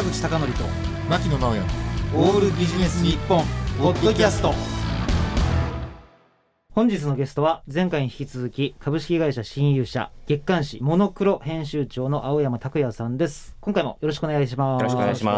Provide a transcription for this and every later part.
坂口孝則と牧野直哉オールビジネス日本ポッドキャスト。 本日のゲストは前回に引き続き株式会社新勇者月刊誌モノクロ編集長の青山拓也さんです。今回もよろしくお願いします。 よろしくお願いします。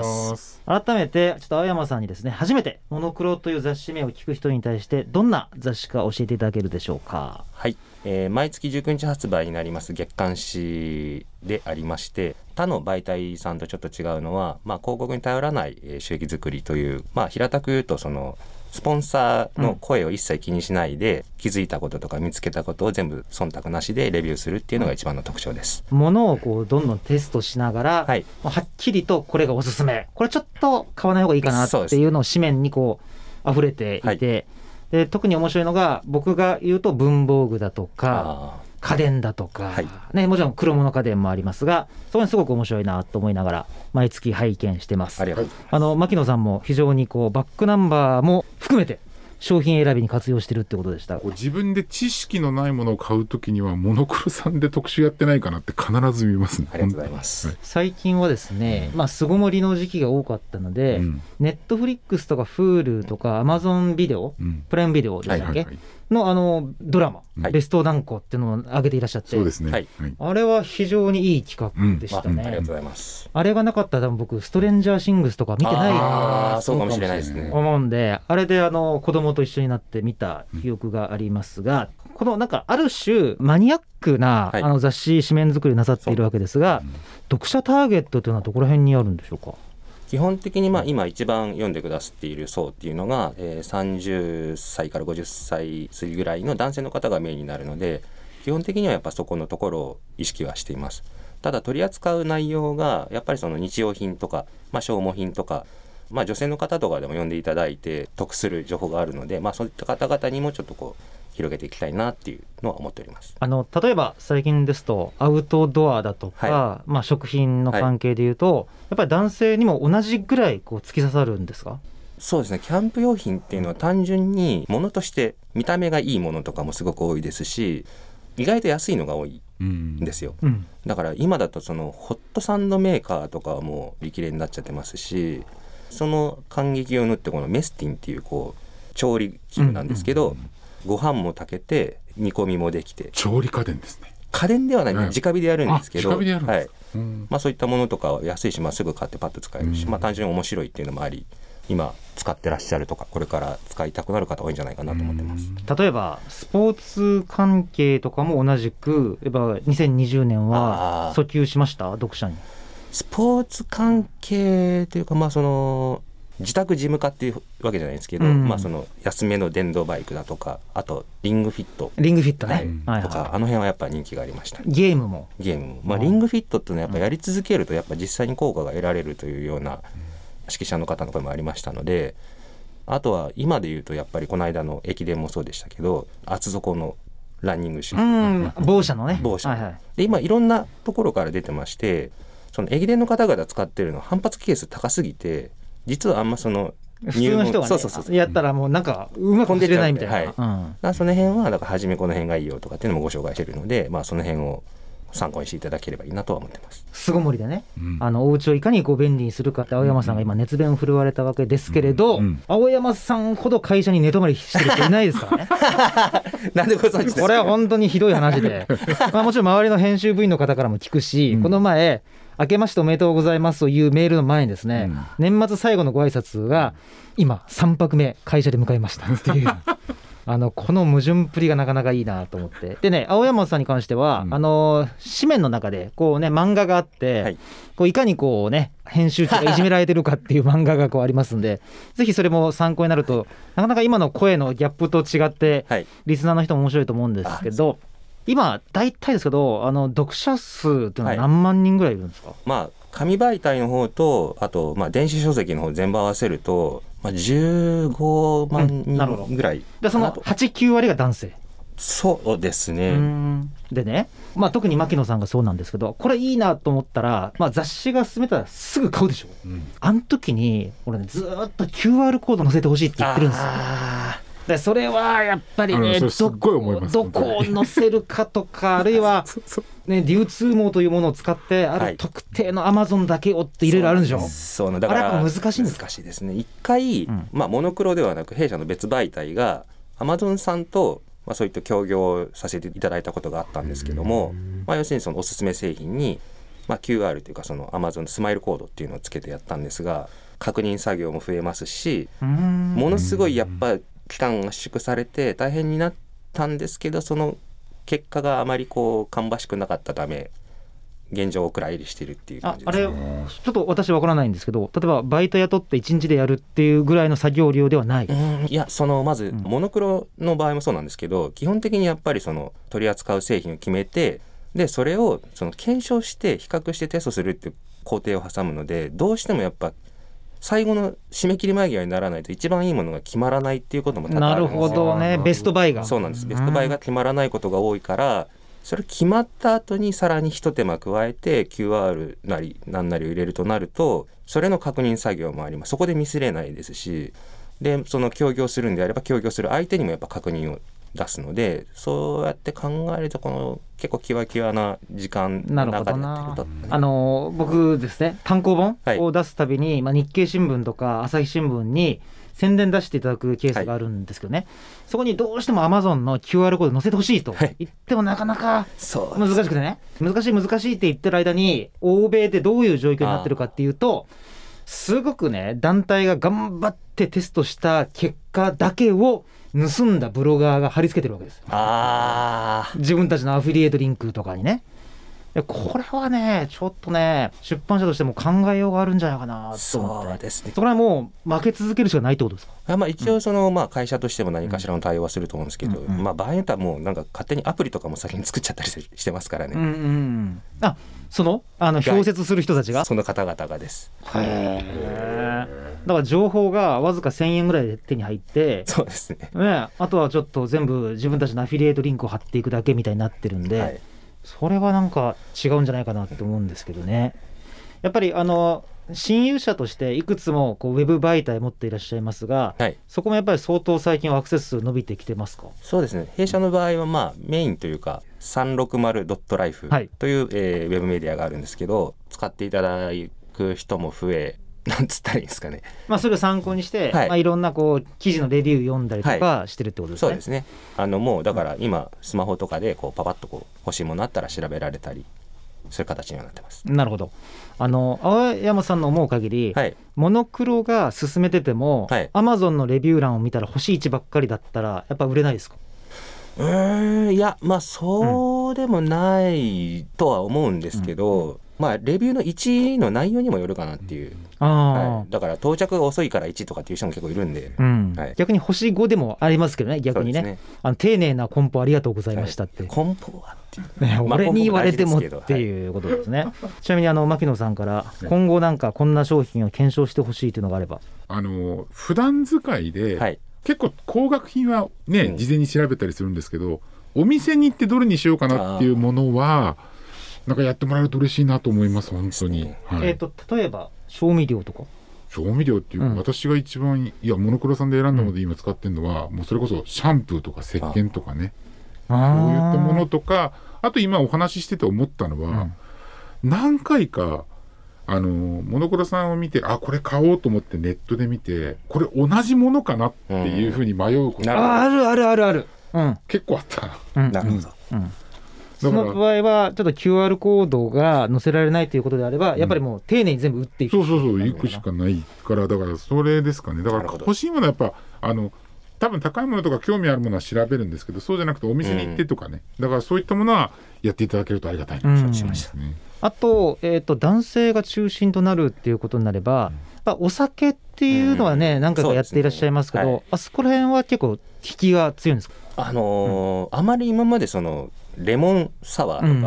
改めてちょっと青山さんにですね、初めてモノクロという雑誌名を聞く人に対してどんな雑誌か教えていただけるでしょうか。 はい、毎月19日発売になります月刊誌でありまして、他の媒体さんとちょっと違うのは、広告に頼らない収益作りという、平たく言うとそのスポンサーの声を一切気にしないで、気づいたこととか見つけたことを全部忖度なしでレビューするっていうのが一番の特徴です。 ものをこうどんどんテストしながら、はっきりとこれがおすすめ、これちょっと買わない方がいいかなっていうのを紙面にこう溢れていて、で特に面白いのが僕が言うと文房具だとか家電だとか、もちろん黒物家電もありますが、そこにすごく面白いなと思いながら毎月拝見してます。 ありがとうございます。 牧野さんも非常にこうバックナンバーも含めて商品選びに活用してるってことでした。 自分で知識のないものを買うときにはモノクロさんで特集やってないかなって必ず見ますね。 ありがとうございます。 最近はですね、巣ごもりの時期が多かったので、ネットフリックスとか Hulu とか Amazon ビデオ、プライムビデオでしたっけ、のドラマ、ベスト何個っていうのを上げていらっしゃって、 そうですね、 あれは非常にいい企画でしたね。 ありがとうございます。 あれがなかったら多分僕ストレンジャーシングスとか見てないそうかもしれないですね。 思うんで、あれで子供と一緒になって見た記憶がありますが、このなんかある種マニアックな雑誌紙面作りなさっているわけですが、読者ターゲットというのはどこら辺にあるんでしょうか。 基本的に今一番読んでくださっている層っていうのが、30歳から50歳過ぎぐらいの男性の方がメインになるので、基本的にはやっぱそこのところを意識はしています。ただ取り扱う内容がやっぱりその日用品とか、消耗品とか、女性の方とかでも読んでいただいて得する情報があるので、そういった方々にもちょっとこう広げていきたいなっていうのは思っております。 例えば最近ですとアウトドアだとか、食品の関係でいうと、やっぱり男性にも同じぐらいこう突き刺さるんですか。 そうですね、キャンプ用品っていうのは単純に物として見た目がいいものとかもすごく多いですし、意外と安いのが多いんですよ、だから今だとそのホットサンドメーカーとかはもう売り切れになっちゃってますし、その感激用のってこのメスティンっていうこう調理器具なんですけど、ご飯も炊けて煮込みもできて、 調理家電ですね。 家電ではない、直火でやるんですけど、 直火でやるんですか。 そういったものとかは安いし、すぐ買ってパッと使えるし、単純に面白いっていうのもあり、今使ってらっしゃるとかこれから使いたくなる方多いんじゃないかなと思ってます。 例えばスポーツ関係とかも同じくやっぱ2020年は訴求しました。読者にスポーツ関係というか、その自宅事務化っていうわけじゃないですけど、その安めの電動バイクだとか、あとリングフィットね、 とか、あの辺はやっぱ人気がありました。 ゲームも、 リングフィットっていうのはやっぱやり続けるとやっぱ実際に効果が得られるというような指揮者の方の声もありましたので、あとは今でいうとやっぱりこの間の駅伝もそうでしたけど、厚底のランニングシューズ、 某社のね、 で今いろんなところから出てまして、その駅伝の方々使ってるの反発係数高すぎて、実はあんまその普通の人がね、やったらもうなんかうまく走れないみたいな、 その辺はだから初めこの辺がいいよとかっていうのもご紹介しているので、その辺を参考にしていただければいいなとは思ってます。 巣ごもりでね、お家をいかにこう便利にするかって青山さんが今熱弁を振るわれたわけですけれど、青山さんほど会社に寝泊まりしてる人いないですからねなんでご存知ですか。 これは本当にひどい話でもちろん周りの編集部員の方からも聞くし、この前明けましておめでとうございますというメールの前にですね、年末最後のご挨拶が今3泊目会社で迎えましたっていうこの矛盾っぷりがなかなかいいなと思って。でね、青山さんに関しては、紙面の中でこうね漫画があって、こういかにこうね編集長がいじめられてるかっていう漫画がこうありますんでぜひそれも参考になると、なかなか今の声のギャップと違って、リスナーの人も面白いと思うんですけど、今大体ですけど読者数っていうのは何万人ぐらいいるんですか。 紙媒体の方とあと電子書籍の方全部合わせると、15万人ぐらい、 でその 8,9 割が男性。 そうですね。 でね、特に牧野さんがそうなんですけど、これいいなと思ったら、雑誌が勧めたらすぐ買うでしょ、あの時に俺ねずっと QR コード載せてほしいって言ってるんですよ。 でそれはやっぱりね、 それすっごい思いますどこを載せるかとかあるいは、ね、流通網というものを使ってある特定のアマゾンだけをっていろいろあるんでしょ。 そうだからあれやっぱ難しいんですか。 難しいですね。一回、モノクロではなく弊社の別媒体がアマゾンさんと、そういった協業をさせていただいたことがあったんですけども、要するにそのおすすめ製品に、QR というかそのアマゾンのスマイルコードっていうのをつけてやったんですが、確認作業も増えますし、ものすごいやっぱ期間が縮されて大変になったんですけど、その結果があまり芳しくなかったため現状をお蔵入りしているっていう感じですね。 あれちょっと私わからないんですけど、例えばバイト雇って1日でやるっていうぐらいの作業量ではない。 いやまずモノクロの場合もそうなんですけど、基本的にやっぱりその取り扱う製品を決めて、でそれをその検証して比較してテストするっていう工程を挟むので、どうしてもやっぱ最後の締め切り間際にならないと一番いいものが決まらないっていうことも多々あるんですよ。 なるほどね。ベストバイがそうなんです。ベストバイが決まらないことが多いから、それ決まった後にさらに一手間加えて QR なり何なりを入れるとなると、それの確認作業もあります。そこでミスれないですし、でその協業するんであれば協業する相手にもやっぱ確認を出すので、そうやって考えるとこの結構キワキワな時間の中でやってると、 僕ですね、単行本を出すたびに、日経新聞とか朝日新聞に宣伝出していただくケースがあるんですけどね、そこにどうしても Amazon の QR コード載せてほしいと言ってもなかなか難しくてね、難しいって言ってる間に欧米でどういう状況になってるかっていうと、すごくね団体が頑張ってテストした結果だけを盗んだブロガーが貼り付けてるわけですよ。自分たちのアフィリエイトリンクとかにね。これはねちょっとね出版社としても考えようがあるんじゃないかなと思って。 そうですね。 それはもう負け続けるしかないってことですか。 一応その、会社としても何かしらの対応はすると思うんですけど、場合によってはもうなんか勝手にアプリとかも先に作っちゃったりしてますからね。 表説する人たちがその方々がです。 だから情報がわずか1000円ぐらいで手に入って、 そうですね。 あとはちょっと全部自分たちのアフィリエイトリンクを貼っていくだけみたいになってるんで、それはなんか違うんじゃないかなと思うんですけどね。やっぱり親友社としていくつもウェブ媒体持っていらっしゃいますが、そこもやっぱり相当最近はアクセス数伸びてきてますか。 そうですね。弊社の場合はメインというか 360.life という、ウェブメディアがあるんですけど、使っていただく人も増え、なんつったらいいんですかね。 それを参考にして、いろんな記事のレビュー読んだりとかしてるってことですね。 そうですね。もうだから今スマホとかでパパッと欲しいものあったら調べられたり、そういう形にはなってます。 なるほど。青山さんの思う限り、モノクロが進めてても、Amazon のレビュー欄を見たら星1ばっかりだったらやっぱ売れないですか。 いやそうでもないとは思うんですけど、レビューの1の内容にもよるかなっていう。だから到着が遅いから1とかっていう人も結構いるんで、 逆に星5でもありますけどね。逆にね、丁寧な梱包ありがとうございましたって、 梱包はっていう、 俺に言われてもっていうことですね。ちなみに牧野さんから今後なんかこんな商品を検証してほしいというのがあれば。 普段使いで、結構高額品はね、事前に調べたりするんですけど、お店に行ってどれにしようかなっていうものはなんかやってもらえると嬉しいなと思います。本当に。 例えば調味料とか。 調味料っていう、私が一番モノクロさんで選んだので今使ってるのは、もうそれこそシャンプーとか石鹸とかね、そういったものとか、あと今お話ししてて思ったのは、何回かモノクロさんを見て、これ買おうと思ってネットで見て、これ同じものかなっていうふうに迷うことが、 ある、 結構あった。 なるほど。 その場合はちょっと QR コードが載せられないということであれば、やっぱりもう丁寧に全部打っていく、 そう行くしかないから、だからそれですかね。だから欲しいものはやっぱ多分高いものとか興味あるものは調べるんですけど、そうじゃなくてお店に行ってとかね、だからそういったものはやっていただけるとありがたいなとしましたね。 あと、男性が中心となるっていうことになれば、お酒っていうのはね、何回かやっていらっしゃいますけど、あそこら辺は結構引きが強いんですか。 あまり今までそのレモンサワーとか、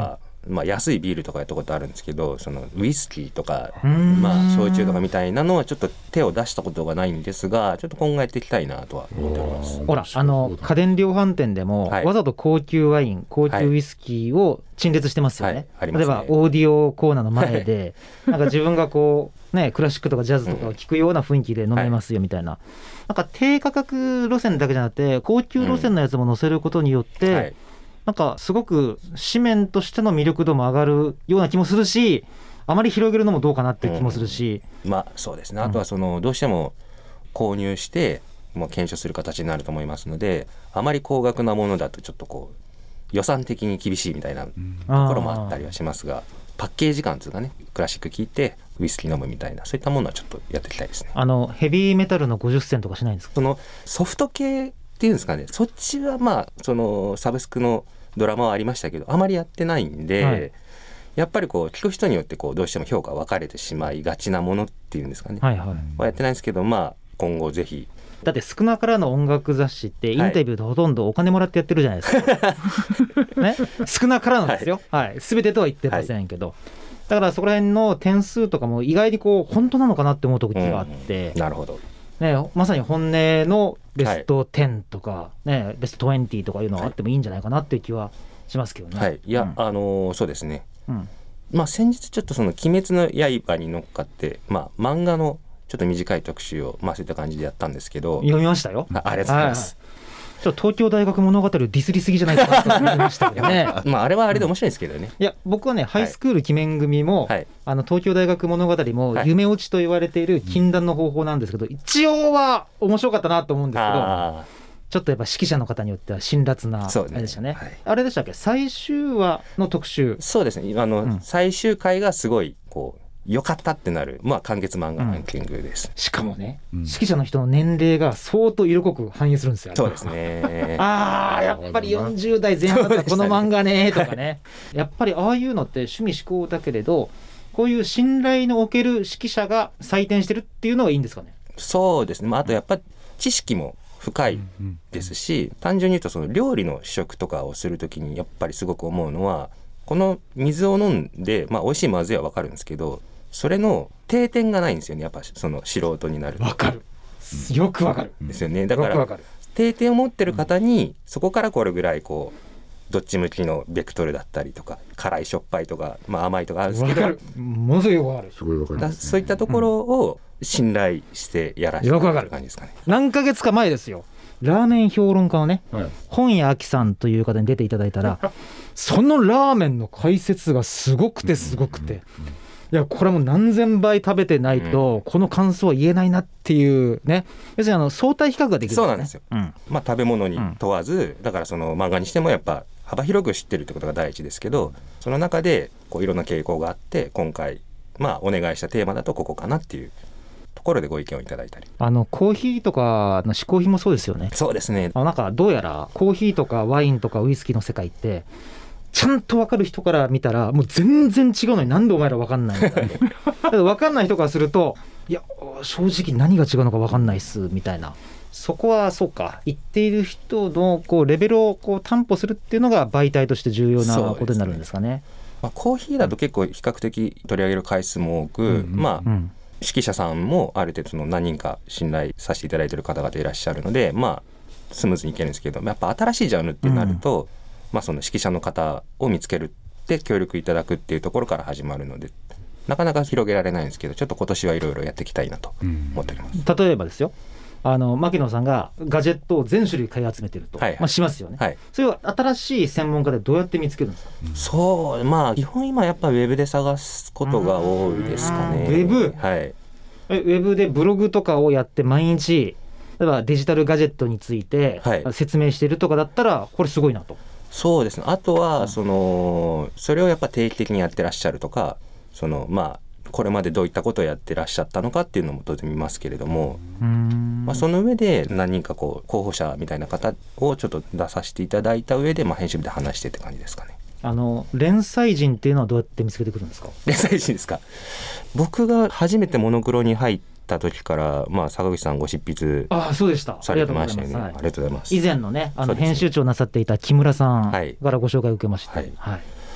安いビールとかやったことあるんですけど、そのウイスキーとか焼酎とかみたいなのはちょっと手を出したことがないんですが、ちょっと今後やっていきたいなとは思っております。 ほら家電量販店でも、わざと高級ワイン高級ウイスキーを陳列してますよね。例えばオーディオコーナーの前でなんか自分がこうねクラシックとかジャズとかを聴くような雰囲気で飲めますよみたいな、なんか低価格路線だけじゃなくて高級路線のやつも載せることによって、なんかすごく紙面としての魅力度も上がるような気もするし、あまり広げるのもどうかなっていう気もするし、 そうですね。あとはどうしても購入してもう検証する形になると思いますので、あまり高額なものだとちょっとこう予算的に厳しいみたいなところもあったりはしますが、パッケージ感というかね、クラシック聴いてウイスキー飲むみたいな、そういったものはちょっとやっていきたいですね。 ヘビーメタルの50銭とかしないんですか？ そのソフト系っていうんですかね、そっちはそのサブスクのドラマはありましたけどあまりやってないんで、やっぱりこう聞く人によってこうどうしても評価が分かれてしまいがちなものっていうんですかね、はやってないんですけど、今後ぜひ。 だって少なからの音楽雑誌ってインタビューでほとんどお金もらってやってるじゃないですか、ね、少なからのですよ、全てとは言ってませんけど、だからそこら辺の点数とかも意外にこう本当なのかなって思う時があって、 なるほど、 まさに本音のベスト10とか、ベスト20とかいうのがあってもいいんじゃないかなっていう気はしますけどね。 いや、そうですね、先日ちょっとその鬼滅の刃に乗っかって、漫画のちょっと短い特集を、そういった感じでやったんですけど、 読みましたよ。 ありがとうございます。 ちょっと東京大学物語をディスりすぎじゃないかなと思いましたけどね。 あれはあれで面白いんですけどね。 いや僕はね、ハイスクール鬼面組も、東京大学物語も夢落ちと言われている禁断の方法なんですけど、一応は面白かったなと思うんですけど、ちょっとやっぱ指揮者の方によっては辛辣なあれでしたね。あれでしたっけ、最終話の特集。 そうですね、最終回がすごいこう良かったってなる、完結漫画ランキングです。 しかもね、指揮者の人の年齢が相当色濃く反映するんですよ。 そうですね。 やっぱり40代前半だこの漫画ねとかね。やっぱりああいうのって趣味嗜好だけれど、こういう信頼のおける指揮者が採点してるっていうのがいいんですかね。 そうですね。あとやっぱり知識も深いですし、単純に言うとその料理の試食とかをするときにやっぱりすごく思うのは、この水を飲んで、美味しいまずいは分かるんですけど、それの定点がないんですよね。やっぱその素人になると。 分かる、よく分かるですよね。だから定点を持ってる方に、そこからこれぐらいこうどっち向きのベクトルだったりとか、辛いしょっぱいとか、甘いとかあるんですけど、 ものすごい分かる。 すごい分かりますね。 そういったところを信頼してやらせてもらう感じですかね。 何ヶ月か前ですよ、ラーメン評論家のね、本屋明さんという方に出ていただいたらそのラーメンの解説がすごくて、いやこれはもう何千倍食べてないとこの感想は言えないなっていうね。要するに相対比較ができるんですね。 そうなんですよ、食べ物に問わず、だからその漫画にしてもやっぱ幅広く知ってるってことが第一ですけど、その中でこういろんな傾向があって、今回お願いしたテーマだとここかなっていうところでご意見をいただいたり、 コーヒーとかの嗜好品もそうですよね。 そうですね。 なんかどうやらコーヒーとかワインとかウイスキーの世界ってちゃんと分かる人から見たらもう全然違うのに、なんでお前ら分かんないんだってだから分かんない人からすると、いや正直何が違うのか分かんないっすみたいな。そこはそうか、言っている人のこうレベルをこう担保するっていうのが媒体として重要なことになるんですかね。 コーヒーだと結構比較的取り上げる回数も多く、指揮者さんもある程度その何人か信頼させていただいている方々いらっしゃるので、スムーズにいけるんですけど、やっぱ新しいジャンルってなると、その指揮者の方を見つけるって協力いただくっていうところから始まるので、なかなか広げられないんですけど、ちょっと今年はいろいろやっていきたいなと思っております。 例えばですよ、牧野さんがガジェットを全種類買い集めてると、しますよね、それは新しい専門家でどうやって見つけるんですか。 そう、基本今やっぱウェブで探すことが多いですかね。 ウェブ、ウェブでブログとかをやって毎日例えばデジタルガジェットについて説明しているとかだったら、これすごいなと。 そうですね。あとはそれをやっぱ定期的にやってらっしゃるとか、これまでどういったことをやってらっしゃったのかっていうのも当然見ますけれども、その上で何人かこう候補者みたいな方をちょっと出させていただいた上で、編集部で話してって感じですかね。 連載人っていうのはどうやって見つけてくるんですか。 連載人ですか。僕が初めてモノクロに入った時から、坂口さんご執筆されてましたよね。ありがとうございます。 以前のね、編集長なさっていた木村さんからご紹介を受けまして、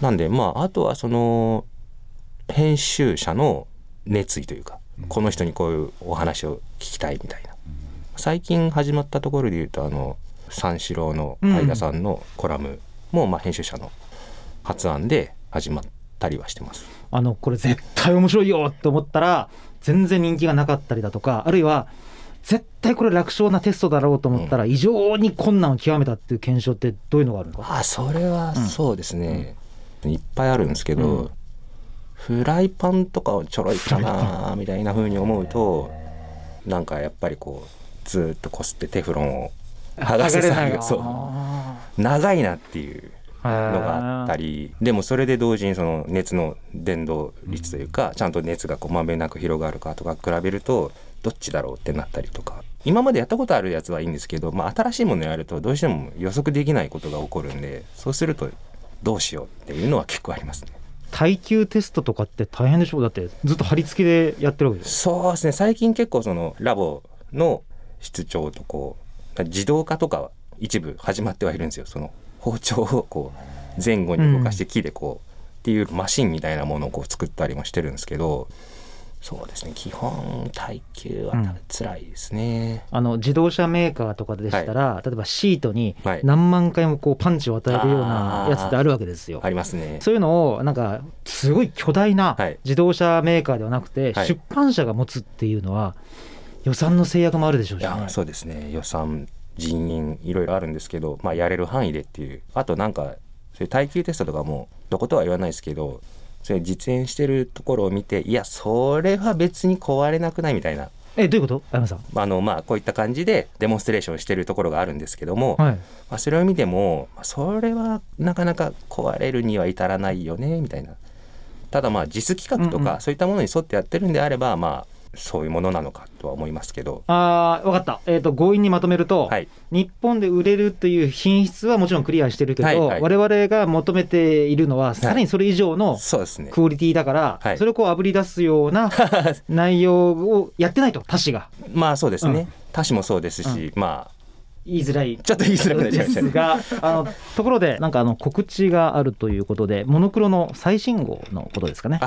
なんであとはその編集者の熱意というか、この人にこういうお話を聞きたいみたいな、最近始まったところでいうと三四郎の相田さんのコラムも編集者の発案で始まったりはしてます。 これ絶対面白いよって思ったら全然人気がなかったりだとか、あるいは絶対これ楽勝なテストだろうと思ったら異常に困難を極めたっていう検証ってどういうのがあるのか。 それはそうですね、いっぱいあるんですけど、フライパンとかをちょろいかなみたいな風に思うと、なんかやっぱりこうずっとこすってテフロンを剥がす作業、そう長いなっていうのがあったり、でもそれで同時にその熱の伝導率というか、ちゃんと熱がこうまんべんなく広がるかとか比べるとどっちだろうってなったりとか、今までやったことあるやつはいいんですけど、新しいものやるとどうしても予測できないことが起こるんで、そうするとどうしようっていうのは結構ありますね。 耐久テストとかって大変でしょう。だってずっと貼り付けでやってるわけです。 そうですね、最近結構そのラボの室長とこう自動化とかは一部始まってはいるんですよ。その包丁をこう前後に動かして木でこう、っていうマシンみたいなものをこう作ったりもしてるんですけど、そうですね、基本耐久は辛いですね。 自動車メーカーとかでしたら、例えばシートに何万回もこうパンチを与えるようなやつってあるわけですよ。 ありますね。 そういうのをなんかすごい巨大な自動車メーカーではなくて、出版社が持つっていうのは予算の制約もあるでしょうしね。 そうですね、予算人員いろいろあるんですけど、やれる範囲でっていう、あとなんかそういう耐久テストとかもどことは言わないですけど、それ実演してるところを見て、いやそれは別に壊れなくないみたいな。 どういうこと？山さん。 こういった感じでデモンストレーションしてるところがあるんですけども、それを見てもそれはなかなか壊れるには至らないよねみたいな。ただ実企画とかそういったものに沿ってやってるんであれば、そういうものなのかとは思いますけど。 分かった。強引にまとめると、日本で売れるという品質はもちろんクリアしてるけど、我々が求めているのはさらにそれ以上のクオリティだから、それをこうあぶり出すような内容をやってないと。他社がそうですね、他社もそうですし、 言いづらい、 ちょっと言いづらくなっちゃいましたね。 ですがところでなんか告知があるということで、モノクロの最新号のことですかね。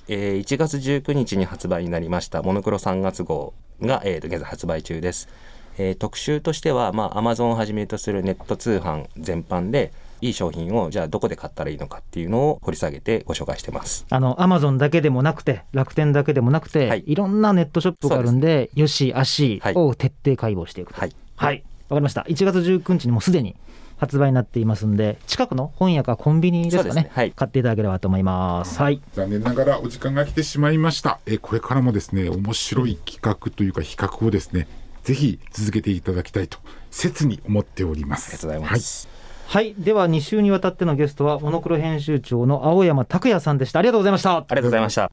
1月19日に発売になりましたモノクロ3月号が、現在発売中です。特集としては、Amazon をはじめとするネット通販全般でいい商品をじゃあどこで買ったらいいのかっていうのを掘り下げてご紹介してます。 Amazon だけでもなくて楽天だけでもなくて、いろんなネットショップがあるんで、よしあしを徹底解剖していくと。わかりました。1月19日にもうすでに発売になっていますんで、近くの本屋かコンビニですかね、買っていただければと思います。残念ながらお時間が来てしまいました。これからもですね、面白い企画というか比較をですね、ぜひ続けていただきたいと切に思っております。 ありがとうございます。 では2週にわたってのゲストはモノクロ編集長の青山拓也さんでした。ありがとうございました。 ありがとうございました。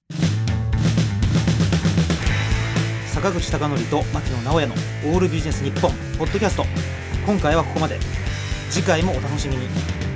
坂口孝則と牧野直哉のオールビジネス日本ポッドキャスト、今回はここまで。次回もお楽しみに。